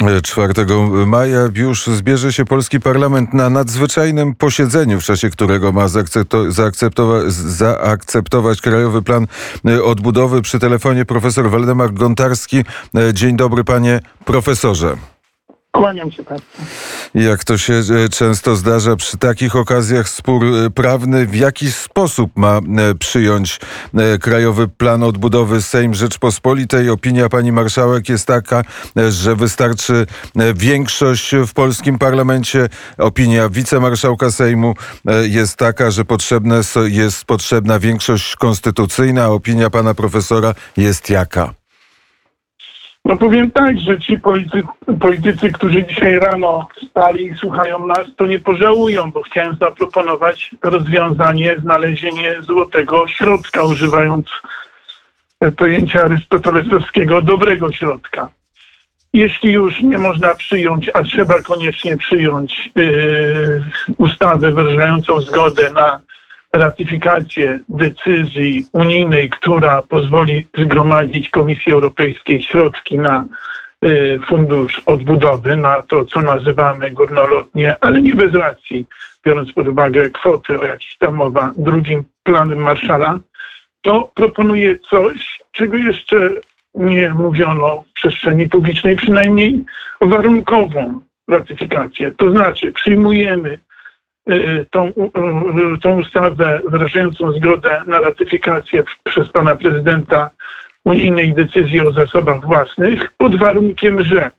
4 maja już zbierze się polski parlament na nadzwyczajnym posiedzeniu, w czasie którego ma zaakceptować Krajowy Plan Odbudowy. Przy telefonie profesor Waldemar Gontarski. Dzień dobry, panie profesorze. Kłaniam się Państwu. Jak to się często zdarza przy takich okazjach, spór prawny, w jaki sposób ma przyjąć Krajowy Plan Odbudowy Sejm Rzeczpospolitej? Opinia pani marszałek jest taka, że wystarczy większość w polskim parlamencie. Opinia wicemarszałka Sejmu jest taka, że jest potrzebna większość konstytucyjna. Opinia pana profesora jest jaka? No powiem tak, że ci politycy, którzy dzisiaj rano stali i słuchają nas, to nie pożałują, bo chciałem zaproponować rozwiązanie, znalezienie złotego środka, używając pojęcia arystotelesowskiego dobrego środka. Jeśli już nie można przyjąć, a trzeba koniecznie przyjąć ustawę wyrażającą zgodę na ratyfikację decyzji unijnej, która pozwoli zgromadzić Komisji Europejskiej środki na Fundusz Odbudowy, na to, co nazywamy górnolotnie, ale nie bez racji, biorąc pod uwagę kwotę, o jakiej tam mowa, drugim planem Marshalla, to proponuje coś, czego jeszcze nie mówiono w przestrzeni publicznej, przynajmniej warunkową ratyfikację. To znaczy przyjmujemy tą ustawę wyrażającą zgodę na ratyfikację przez pana prezydenta unijnej decyzji o zasobach własnych pod warunkiem, że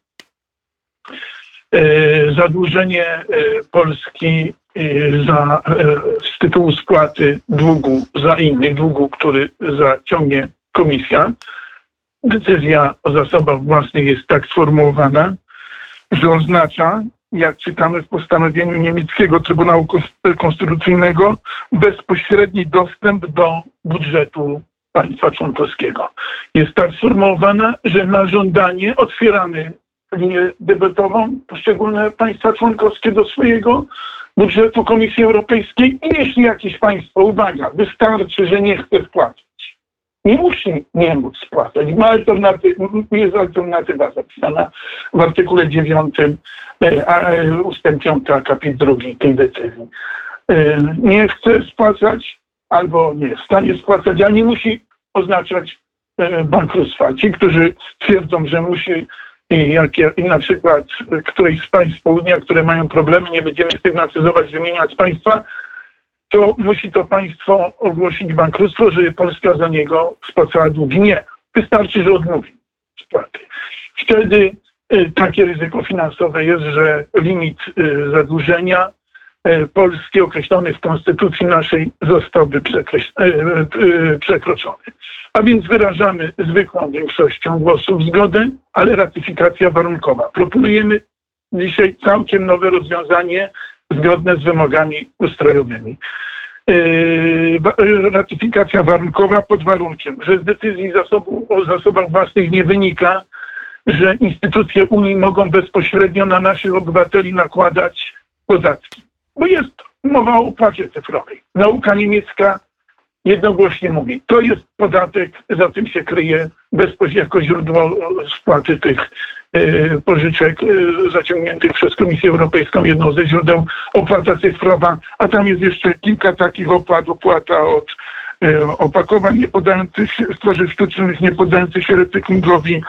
zadłużenie Polski z tytułu spłaty długu za innych, długu, który zaciągnie komisja. Decyzja o zasobach własnych jest tak sformułowana, że oznacza, jak czytamy w postanowieniu niemieckiego Trybunału Konstytucyjnego, bezpośredni dostęp do budżetu państwa członkowskiego. Jest tak sformułowana, że na żądanie otwieramy linię debetową poszczególne państwa członkowskie do swojego budżetu Komisji Europejskiej i jeśli jakieś państwo, uwaga, wystarczy, że nie chce spłacać, nie musi nie móc spłacać. Jest alternatywa zapisana w artykule 9 ustęp 5 akapit 2 tej decyzji. Nie chce spłacać albo nie jest w stanie spłacać, ale nie musi oznaczać bankructwa. Ci, którzy twierdzą, że musi i na przykład któreś z państw południa, które mają problemy, nie będziemy stygmatyzować, wymieniać państwa, to musi to państwo ogłosić bankructwo, żeby Polska za niego spłacała długi. Nie. Wystarczy, że odmówi spłaty. Wtedy takie ryzyko finansowe jest, że limit zadłużenia Polski określony w konstytucji naszej zostałby przekroczony. A więc wyrażamy zwykłą większością głosów zgodę, ale ratyfikacja warunkowa. Proponujemy dzisiaj całkiem nowe rozwiązanie zgodne z wymogami ustrojowymi. Ratyfikacja warunkowa pod warunkiem, że z decyzji o zasobach własnych nie wynika, że instytucje Unii mogą bezpośrednio na naszych obywateli nakładać podatki. Bo jest mowa o opłacie cyfrowej. Nauka niemiecka jednogłośnie mówi, to jest podatek, za tym się kryje bezpośrednio jako źródło spłaty tych pożyczek zaciągniętych przez Komisję Europejską, jedną ze źródeł opłata cyfrowa, a tam jest jeszcze kilka takich opłat, opłata od opakowań niepodających tworzyw sztucznych, niepodających się recyklingowi.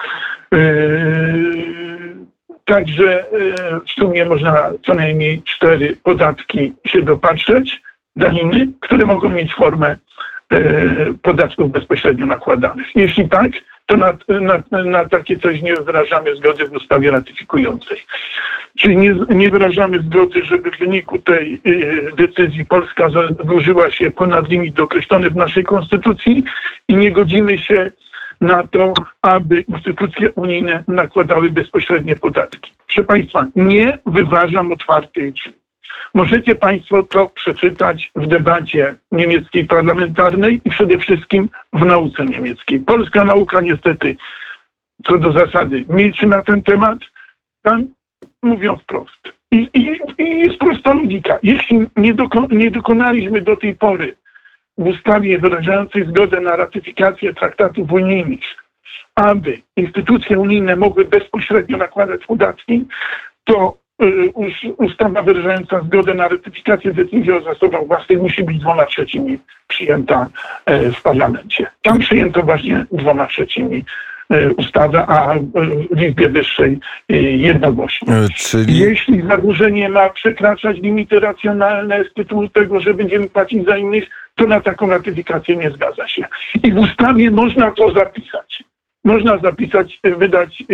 Także w sumie można co najmniej 4 podatki się dopatrzeć, daniny, które mogą mieć formę podatków bezpośrednio nakładanych. Jeśli tak, to na takie coś nie wyrażamy zgody w ustawie ratyfikującej. Czyli nie wyrażamy zgody, żeby w wyniku tej decyzji Polska zadłużyła się ponad limit określony w naszej konstytucji i nie godzimy się na to, aby instytucje unijne nakładały bezpośrednie podatki. Proszę Państwa, nie wyważam otwartej drzwi. Możecie Państwo to przeczytać w debacie niemieckiej parlamentarnej i przede wszystkim w nauce niemieckiej. Polska nauka niestety, co do zasady, milczy na ten temat. Tam mówią wprost. I jest prosta logika. Jeśli nie dokonaliśmy do tej pory w ustawie wyrażającej zgodę na ratyfikację traktatów unijnych aby instytucje unijne mogły bezpośrednio nakładać podatki, to ustawa wyrażająca zgodę na ratyfikację decyzji o zasobach własnych musi być 2/3 przyjęta w parlamencie. Tam przyjęto właśnie 2/3 ustawę, a w Izbie Wyższej jednogłośnie. Jeśli zadłużenie ma przekraczać limity racjonalne z tytułu tego, że będziemy płacić za innych, to na taką ratyfikację nie zgadza się. I w ustawie można to zapisać. Można zapisać, wydać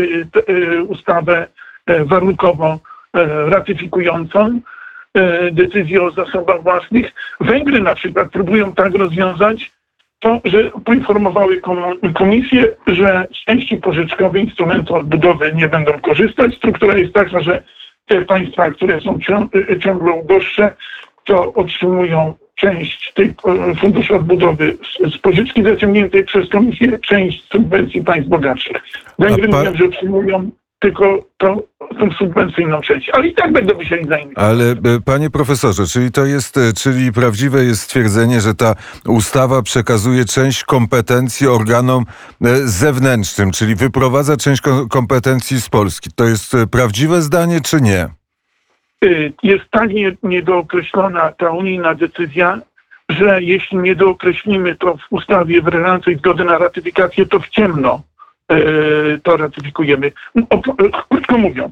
ustawę warunkowo ratyfikującą decyzję o zasobach własnych. Węgry na przykład próbują tak rozwiązać to, że poinformowały komisję, że z części pożyczkowej instrumentu odbudowy nie będą korzystać. Struktura jest taka, że te państwa, które są ciągle uboższe, to otrzymują część tej funduszu odbudowy z pożyczki zaciągniętej przez komisję, część subwencji państw bogatszych. Węgry mówią, że otrzymują tylko tą subwencyjną część, ale i tak będą musieli za innych. Ale panie profesorze, czyli prawdziwe jest stwierdzenie, że ta ustawa przekazuje część kompetencji organom zewnętrznym, czyli wyprowadza część kompetencji z Polski. To jest prawdziwe zdanie, czy nie? Jest tak niedookreślona ta unijna decyzja, że jeśli nie dookreślimy to w ustawie wyrażającej zgodę na ratyfikację, to w ciemno to ratyfikujemy. Krótko mówiąc,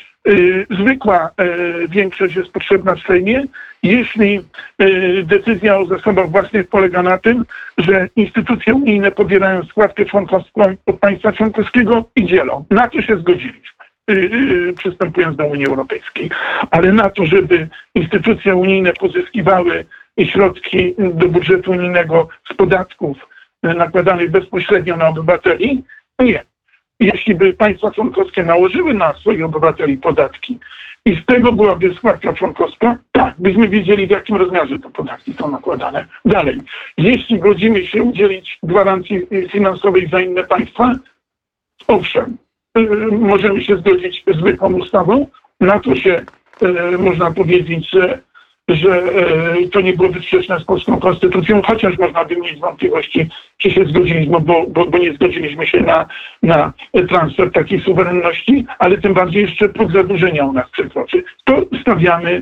zwykła większość jest potrzebna w Sejmie, jeśli decyzja o zasobach własnych polega na tym, że instytucje unijne pobierają składkę członkowską od państwa członkowskiego i dzielą. Na to się zgodziliśmy, przystępując do Unii Europejskiej. Ale na to, żeby instytucje unijne pozyskiwały środki do budżetu unijnego z podatków nakładanych bezpośrednio na obywateli, nie. Jeśli by państwa członkowskie nałożyły na swoich obywateli podatki i z tego byłaby składka członkowska, tak, byśmy wiedzieli, w jakim rozmiarze te podatki są nakładane. Dalej, jeśli godzimy się udzielić gwarancji finansowej za inne państwa, owszem, możemy się zgodzić z zwykłą ustawą. Na to się można powiedzieć, że to nie byłoby sprzeczne z polską konstytucją, chociaż można by mieć wątpliwości, czy się zgodziliśmy, bo nie zgodziliśmy się na transfer takiej suwerenności, ale tym bardziej jeszcze próg zadłużenia u nas przekroczy. To stawiamy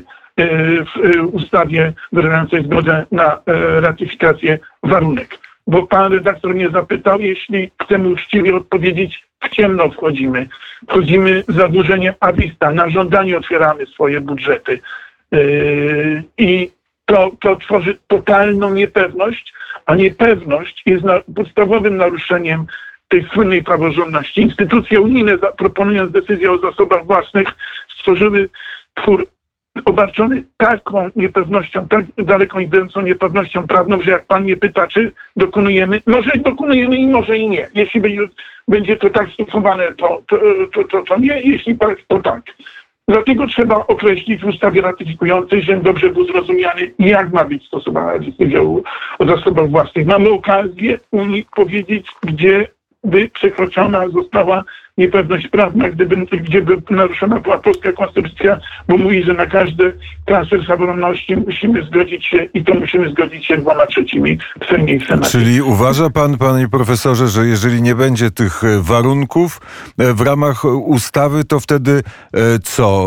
w ustawie wyrażającej zgodę na ratyfikację warunek. Bo pan redaktor mnie zapytał, jeśli chcemy uczciwie odpowiedzieć, w ciemno wchodzimy. Wchodzimy zadłużeniem a vista, na żądanie otwieramy swoje budżety. I to tworzy totalną niepewność, a niepewność jest podstawowym naruszeniem tej słynnej praworządności. Instytucje unijne, proponując decyzję o zasobach własnych, stworzyły twór obarczony taką niepewnością, tak daleko idącą niepewnością prawną, że jak pan mnie pyta, czy dokonujemy, może dokonujemy i może i nie. Jeśli będzie to tak stosowane, to nie, jeśli tak, to tak. Dlatego trzeba określić w ustawie ratyfikującej, że dobrze był zrozumiany, jak ma być stosowana decyzja o zasobach własnych. Mamy okazję Unii powiedzieć, gdzie by przekroczona została niepewność prawna, gdzie by naruszona była polska konstytucja, bo mówi, że na każdy transfer suwerenności musimy zgodzić się i to musimy zgodzić się 2/3 w Sejmie i w Senacie. Czyli uważa pan, panie profesorze, że jeżeli nie będzie tych warunków w ramach ustawy, to wtedy co?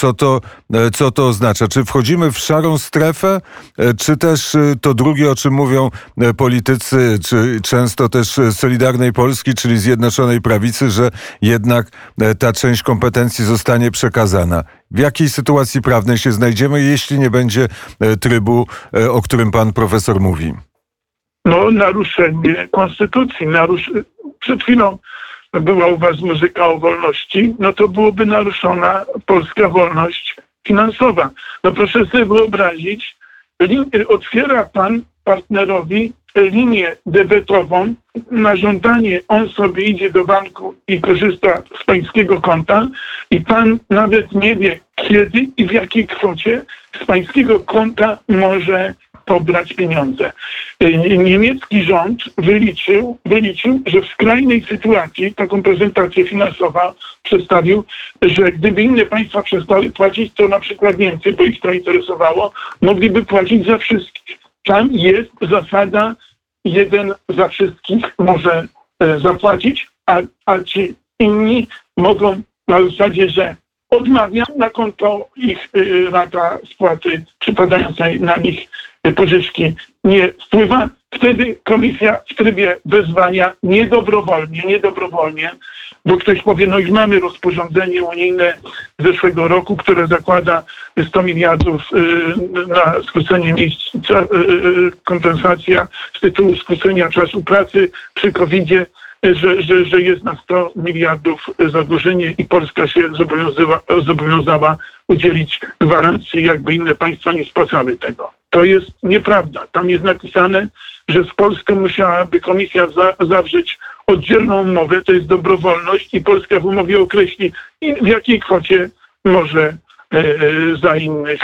Co to oznacza? Czy wchodzimy w szarą strefę, czy też to drugie, o czym mówią politycy, czy często też Solidarnej Polski, czyli Zjednoczonej Prawicy, że jednak ta część kompetencji zostanie przekazana. W jakiej sytuacji prawnej się znajdziemy, jeśli nie będzie trybu, o którym pan profesor mówi? No, naruszenie konstytucji. Przed chwilą była u was muzyka o wolności, no to byłoby naruszona polska wolność finansowa. No proszę sobie wyobrazić, otwiera pan partnerowi linię debetową, na żądanie on sobie idzie do banku i korzysta z pańskiego konta i pan nawet nie wie kiedy i w jakiej kwocie z pańskiego konta może pobrać pieniądze. Niemiecki rząd wyliczył, że w skrajnej sytuacji, taką prezentację finansową przedstawił, że gdyby inne państwa przestały płacić, to na przykład Niemcy, bo ich to interesowało, mogliby płacić za wszystkich. Tam jest zasada, jeden za wszystkich może zapłacić, a ci inni mogą na zasadzie, że odmawia na konto ich rata spłaty przypadającej na nich pożyczki nie wpływa. Wtedy komisja w trybie wezwania niedobrowolnie, bo ktoś powie, no już mamy rozporządzenie unijne z zeszłego roku, które zakłada 100 miliardów na skrócenie miejsc, kompensacja z tytułu skrócenia czasu pracy przy COVID-zie, że jest na 100 miliardów zadłużenie i Polska się zobowiązała udzielić gwarancji, jakby inne państwa nie spłacały tego. To jest nieprawda. Tam jest napisane, że z Polską musiałaby komisja zawrzeć oddzielną umowę, to jest dobrowolność i Polska w umowie określi, w jakiej kwocie może za innych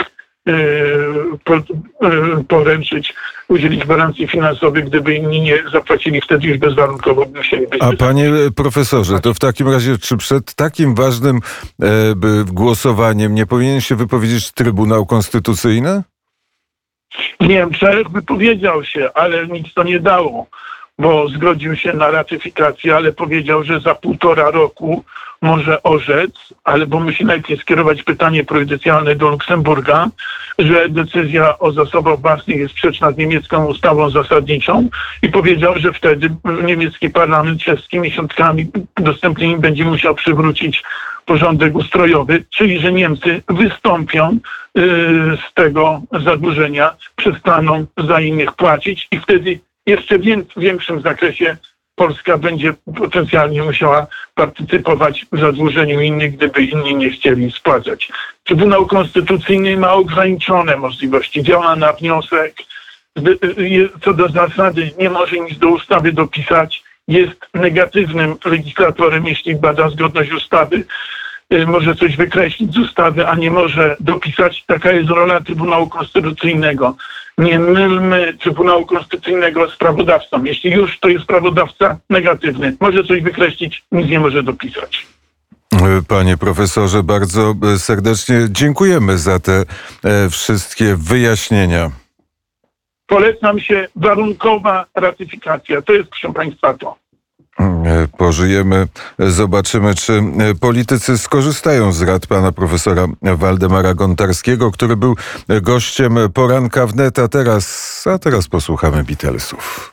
poręczyć, udzielić gwarancji finansowych, gdyby inni nie zapłacili, wtedy już bezwarunkowo musieliby. A panie profesorze, to w takim razie, czy przed takim ważnym głosowaniem nie powinien się wypowiedzieć Trybunał Konstytucyjny? Niemczech wypowiedział się, ale nic to nie dało, bo zgodził się na ratyfikację, ale powiedział, że za 1,5 roku może orzec, bo musi najpierw skierować pytanie prejudycjalne do Luksemburga, że decyzja o zasobach własnych jest sprzeczna z niemiecką ustawą zasadniczą i powiedział, że wtedy niemiecki parlament wszystkimi środkami dostępnymi będzie musiał przywrócić porządek ustrojowy, czyli że Niemcy wystąpią z tego zadłużenia, przestaną za innych płacić i wtedy jeszcze w większym zakresie Polska będzie potencjalnie musiała partycypować w zadłużeniu innych, gdyby inni nie chcieli spłacać. Trybunał Konstytucyjny ma ograniczone możliwości, działa na wniosek, co do zasady nie może nic do ustawy dopisać, jest negatywnym legislatorem, jeśli bada zgodność ustawy, może coś wykreślić z ustawy, a nie może dopisać. Taka jest rola Trybunału Konstytucyjnego. Nie mylmy Trybunału Konstytucyjnego z prawodawcą. Jeśli już, to jest prawodawca negatywny. Może coś wykreślić, nic nie może dopisać. Panie profesorze, bardzo serdecznie dziękujemy za te wszystkie wyjaśnienia. Polecam się warunkowa ratyfikacja. To jest, proszę państwa, to. Pożyjemy, zobaczymy, czy politycy skorzystają z rad pana profesora Waldemara Gontarskiego, który był gościem poranka wnet, a teraz posłuchamy Beatlesów.